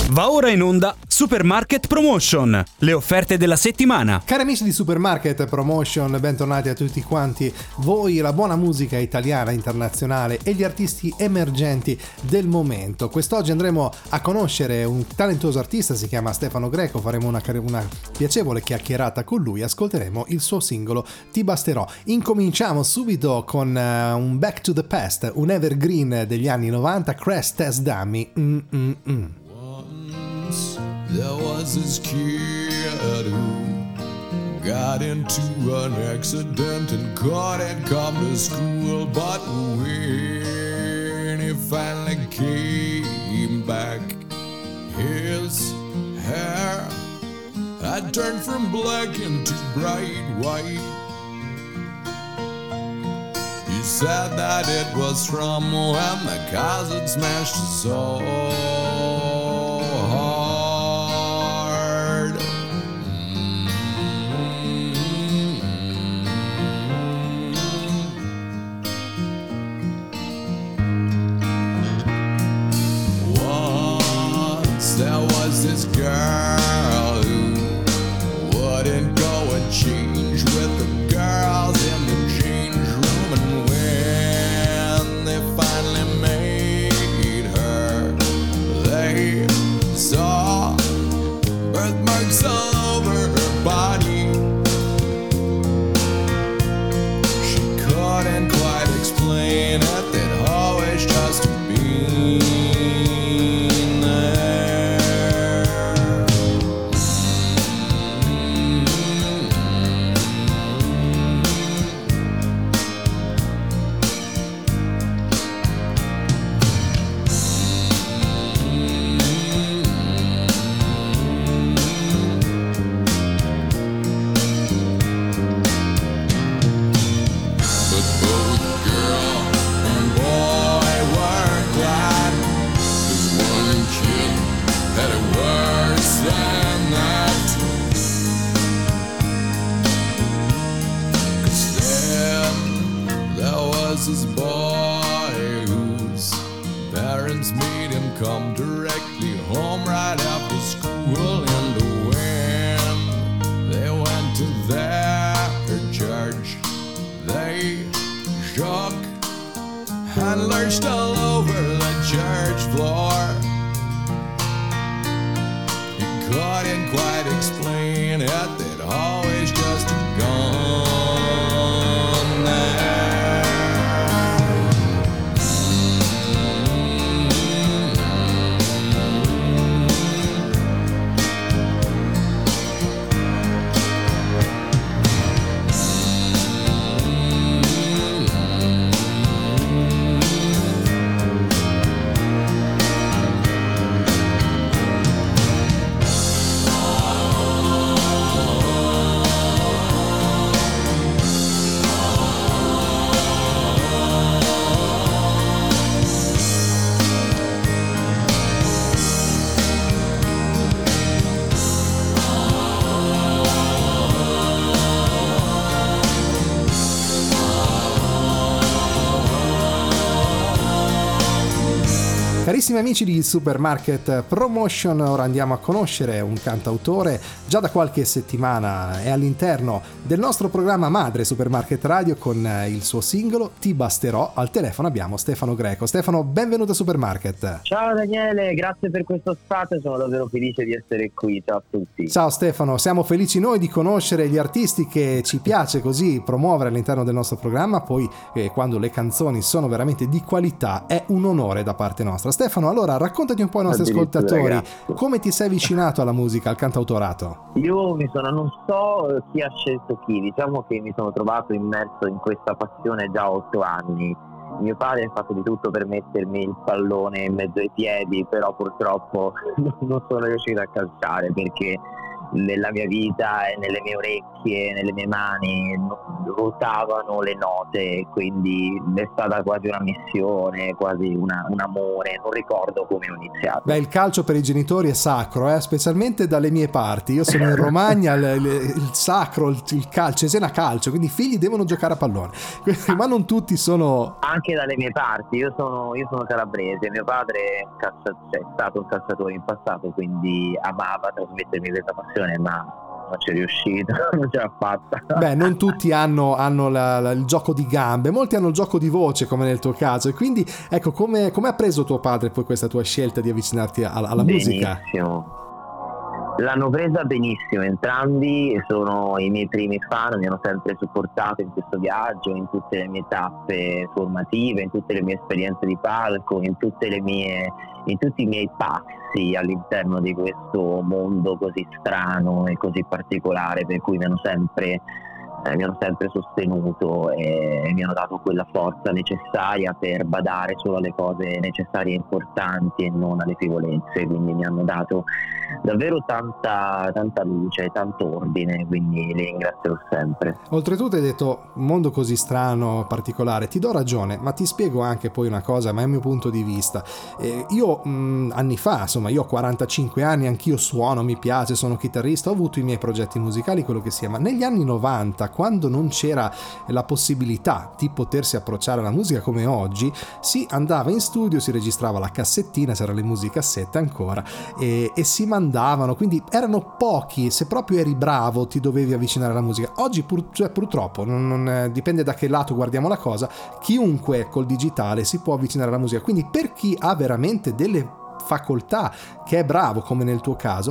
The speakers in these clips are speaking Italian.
Va ora in onda Supermarket Promotion, le offerte della settimana. Cari amici di Supermarket Promotion, bentornati a tutti quanti voi, la buona musica italiana, internazionale e gli artisti emergenti del momento. Quest'oggi andremo a conoscere un talentuoso artista, si chiama Stefano Greco, faremo una piacevole chiacchierata con lui, ascolteremo il suo singolo Ti basterò. Incominciamo subito con un Back to the Past, un evergreen degli anni 90, Crash Test Dummy. There was this kid who got into an accident and couldn't come to school. But when he finally came back, his hair had turned from black into bright white. He said that it was from when the cars had smashed his soul hard. There was this girl who wouldn't go and change with the girls in the change room, and when they finally made her, they saw birthmarks all over her body. She couldn't quite explain it, they'd always just been there. This boy whose parents made him come directly home right after school, and when they went to their church, they shook and lurched all over the church floor. He couldn't quite explain it, they'd always just gone there. Carissimi amici di Supermarket Promotion, ora andiamo a conoscere un cantautore già da qualche settimana è all'interno del nostro programma madre Supermarket Radio con il suo singolo Ti basterò. Al telefono abbiamo Stefano Greco. Stefano, benvenuto a Supermarket. Ciao Daniele, grazie per questo spazio, sono davvero felice di essere qui. Ciao a tutti. Ciao Stefano, siamo felici noi di conoscere gli artisti che ci piace così promuovere all'interno del nostro programma, poi quando le canzoni sono veramente di qualità è un onore da parte nostra. Stefano, allora raccontati un po' ai nostri ascoltatori, ragazzi, come ti sei avvicinato alla musica, al cantautorato? Io non so chi ha scelto chi, diciamo che mi sono trovato immerso in questa passione già a 8 anni. Mio padre ha fatto di tutto per mettermi il pallone in mezzo ai piedi, però purtroppo non sono riuscito a calciare perché nella mia vita e nelle mie orecchie, nelle mie mani ruotavano le note, quindi è stata quasi una missione, quasi un amore, non ricordo come ho iniziato. Beh, il calcio per i genitori è sacro, specialmente dalle mie parti. Io sono in Romagna, il sacro, il calcio, Cesena calcio, quindi i figli devono giocare a pallone, ma non tutti sono... Anche dalle mie parti, io sono calabrese, mio padre è stato un calciatore in passato, quindi amava trasmettermi questa passione, ma non ci è riuscito, non ce l'ha fatta. Beh, non tutti hanno il gioco di gambe, molti hanno il gioco di voce, come nel tuo caso, e quindi ecco, come ha preso tuo padre poi questa tua scelta di avvicinarti alla musica? Benissimo. L'hanno presa benissimo, entrambi sono i miei primi fan, mi hanno sempre supportato in questo viaggio, in tutte le mie tappe formative, in tutte le mie esperienze di palco, in tutti i miei passi all'interno di questo mondo così strano e così particolare, per cui mi hanno sempre sostenuto e mi hanno dato quella forza necessaria per badare solo alle cose necessarie e importanti e non alle frivolezze, quindi mi hanno dato davvero tanta luce, tanto ordine, quindi li ringrazierò sempre. Oltretutto hai detto un mondo così strano, particolare, ti do ragione, ma ti spiego anche poi una cosa, ma è il mio punto di vista. Io anni fa, insomma, io ho 45 anni, anch'io suono, mi piace, sono chitarrista, ho avuto i miei progetti musicali, quello che sia, ma negli anni 90, quando non c'era la possibilità di potersi approcciare alla musica come oggi, si andava in studio, si registrava la cassettina, c'erano le musicassette ancora, e si mandavano, quindi erano pochi, se proprio eri bravo ti dovevi avvicinare alla musica. Oggi purtroppo, non dipende da che lato guardiamo la cosa, chiunque col digitale si può avvicinare alla musica, quindi per chi ha veramente delle facoltà, che è bravo come nel tuo caso,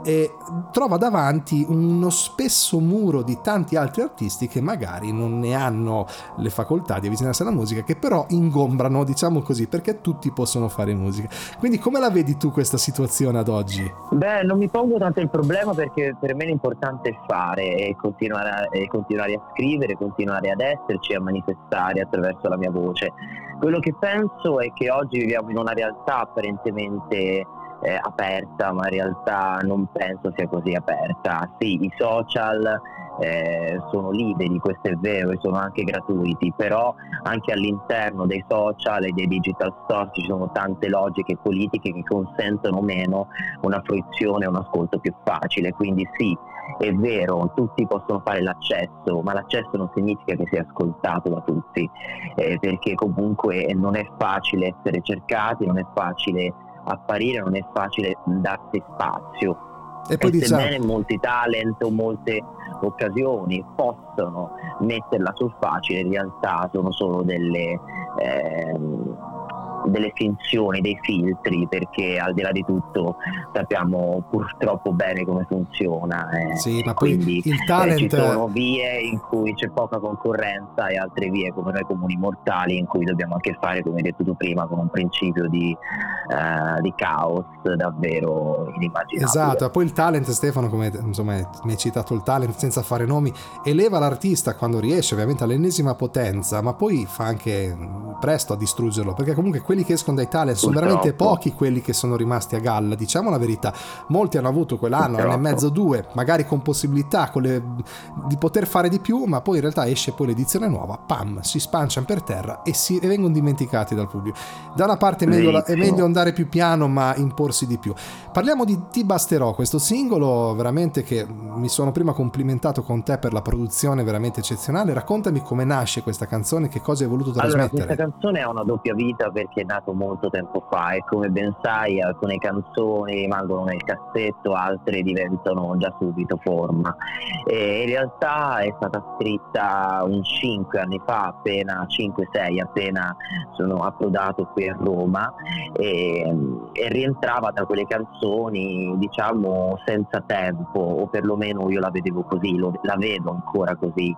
trova davanti uno spesso muro di tanti altri artisti che magari non ne hanno le facoltà di avvicinarsi alla musica, che però ingombrano, diciamo così, perché tutti possono fare musica. Quindi come la vedi tu questa situazione ad oggi? Beh, non mi pongo tanto il problema, perché per me l'importante è fare e continuare a scrivere, continuare ad esserci, a manifestare attraverso la mia voce. Quello che penso è che oggi viviamo in una realtà apparentemente aperta, ma in realtà non penso sia così aperta. Sì, i social sono liberi, questo è vero, e sono anche gratuiti, però anche all'interno dei social e dei digital store ci sono tante logiche politiche che consentono meno una fruizione e un ascolto più facile. Quindi sì, è vero, tutti possono fare l'accesso, ma l'accesso non significa che sia ascoltato da tutti, perché comunque non è facile essere cercati, non è facile apparire, non è facile darsi spazio. E poi sebbene molti talent o molte occasioni possono metterla sul facile, in realtà sono solo delle finzioni, dei filtri, perché al di là di tutto sappiamo purtroppo bene come funziona. Sì, ma poi quindi il talent... ci sono vie in cui c'è poca concorrenza e altre vie come noi comuni mortali in cui dobbiamo a che fare, come hai detto tu prima, con un principio di caos davvero inimmaginabile. Esatto, poi il talent, Stefano, come insomma mi hai citato il talent senza fare nomi, eleva l'artista quando riesce ovviamente all'ennesima potenza, ma poi fa anche presto a distruggerlo, perché comunque quelli che escono dai talent sono veramente pochi, quelli che sono rimasti a galla, diciamo la verità. Molti hanno avuto quell'anno, anno e mezzo, 2, magari con possibilità di poter fare di più, ma poi in realtà esce poi l'edizione nuova, pam, si spanciano per terra e vengono dimenticati dal pubblico. Da una parte è meglio andare più piano, ma imporsi di più. Parliamo di Ti basterò, questo singolo veramente che mi sono prima complimentato con te per la produzione veramente eccezionale. Raccontami come nasce questa canzone, che cosa hai voluto trasmettere. Allora, questa canzone ha una doppia vita perché è nato molto tempo fa e come ben sai alcune canzoni rimangono nel cassetto, altre diventano già subito forma, e in realtà è stata scritta 5 anni fa, appena 5-6, appena sono approdato qui a Roma, e rientrava tra quelle canzoni diciamo senza tempo, o perlomeno io la vedevo così, la vedo ancora così.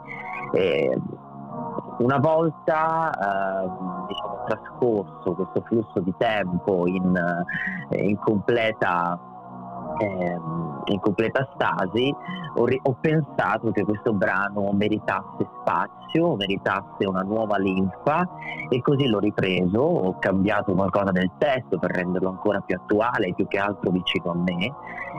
Una volta diciamo trascorso questo flusso di tempo in completa in completa stasi, ho pensato che questo brano meritasse spazio, meritasse una nuova linfa, e così l'ho ripreso, ho cambiato qualcosa del testo per renderlo ancora più attuale, più che altro vicino a me,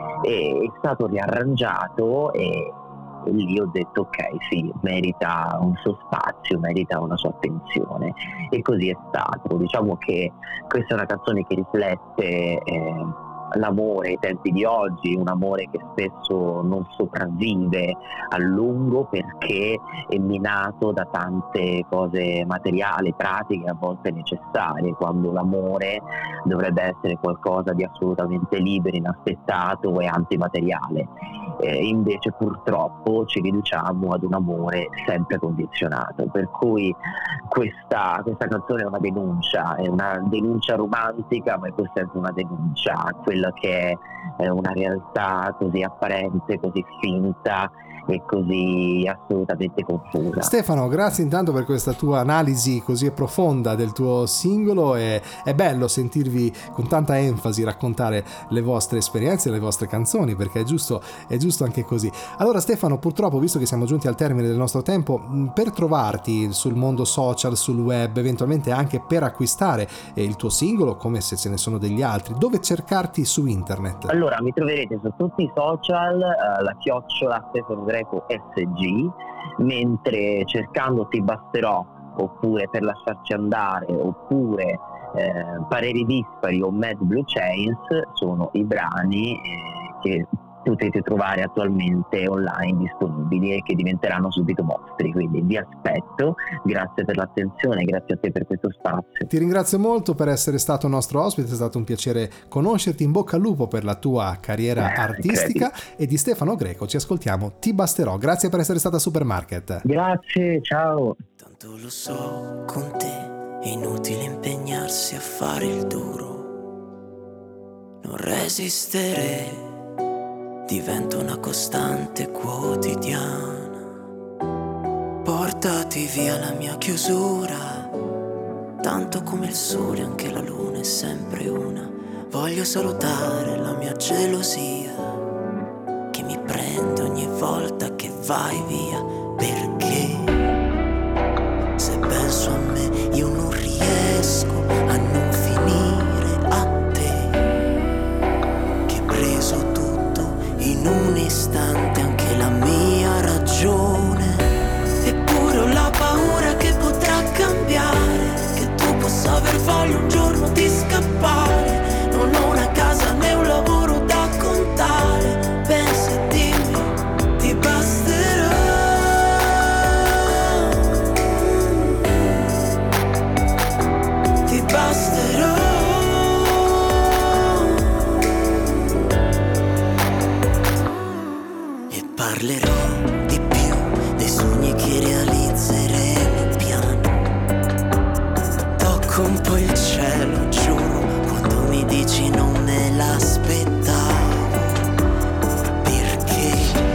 e è stato riarrangiato, e lì ho detto ok, sì, merita un suo spazio, merita una sua attenzione, e così è stato. Diciamo che questa è una canzone che riflette l'amore ai tempi di oggi, un amore che spesso non sopravvive a lungo perché è minato da tante cose materiali, pratiche, a volte necessarie, quando l'amore dovrebbe essere qualcosa di assolutamente libero, inaspettato e antimateriale. Invece purtroppo ci riduciamo ad un amore sempre condizionato, per cui questa canzone è una denuncia romantica, ma è pur sempre una denuncia a quella che è una realtà così apparente, così finta e così assolutamente confusa. Stefano, grazie intanto per questa tua analisi così profonda del tuo singolo, e è bello sentirvi con tanta enfasi raccontare le vostre esperienze, le vostre canzoni, perché è giusto anche così. Allora Stefano, purtroppo, visto che siamo giunti al termine del nostro tempo, per trovarti sul mondo social, sul web, eventualmente anche per acquistare il tuo singolo, come se ce ne sono degli altri, dove cercarti su internet? Allora, mi troverete su tutti i social, la chiocciola Stefano Greco SG, mentre cercando Ti basterò, oppure Per lasciarci andare, oppure Pareri dispari o Mad Blue Chains sono i brani che potete trovare attualmente online disponibili e che diventeranno subito vostri, quindi vi aspetto. Grazie per l'attenzione, grazie a te per questo spazio. Ti ringrazio molto per essere stato nostro ospite, è stato un piacere conoscerti, in bocca al lupo per la tua carriera artistica. E di Stefano Greco ci ascoltiamo Ti basterò. Grazie per essere stata a Supermarket. Grazie, ciao. Tanto lo so, con te è inutile impegnarsi a fare il duro, non resistere, diventa una costante quotidiana. Portati via la mia chiusura, tanto come il sole anche la luna è sempre una. Voglio salutare la mia gelosia che mi prende ogni volta che vai via, perché se penso a me io non riesco a non finire a te, che hai preso tutto in un istante, anche la mia ragione. Eppure ho la paura che potrà cambiare, che tu possa aver voglia un giorno di scappare. Non ho una casa né un lavoro da contare, pensa e dimmi, ti basterà. Ti basterà. E parlerò di più dei sogni che realizzeremo piano. Tocco un po' il cielo, giuro, quando mi dici non me l'aspettavo, perché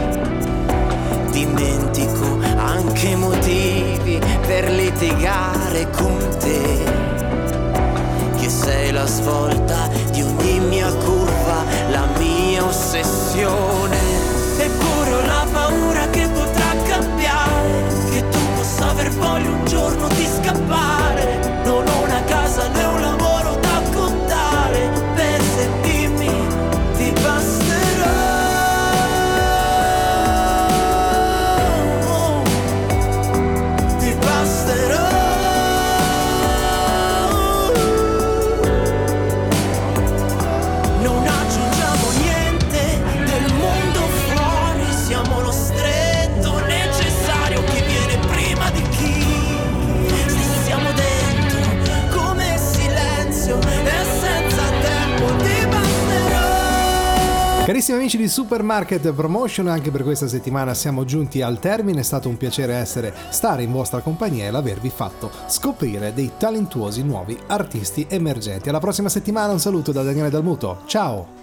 dimentico anche i motivi per litigare con te, che sei la svolta di ogni mia curva, la mia ossessione. Eppure ho la paura che potrà cambiare, che tu possa aver voglia un giorno di scappare. Non ho una casa né un lavoro da contare, pensa e dimmi, ti basterà. Ti basterà. Non aggiungiamo niente del mondo fuori, siamo lo stretto necessario che viene prima di chi. Se siamo dentro come silenzio e senza tempo, ti basterà. Carissimi amici di Supermarket Promotion, anche per questa settimana siamo giunti al termine. È stato un piacere stare in vostra compagnia e l'avervi fatto scoprire dei talentuosi nuovi artisti emergenti. Alla prossima settimana, un saluto da Daniele Dalmuto, ciao!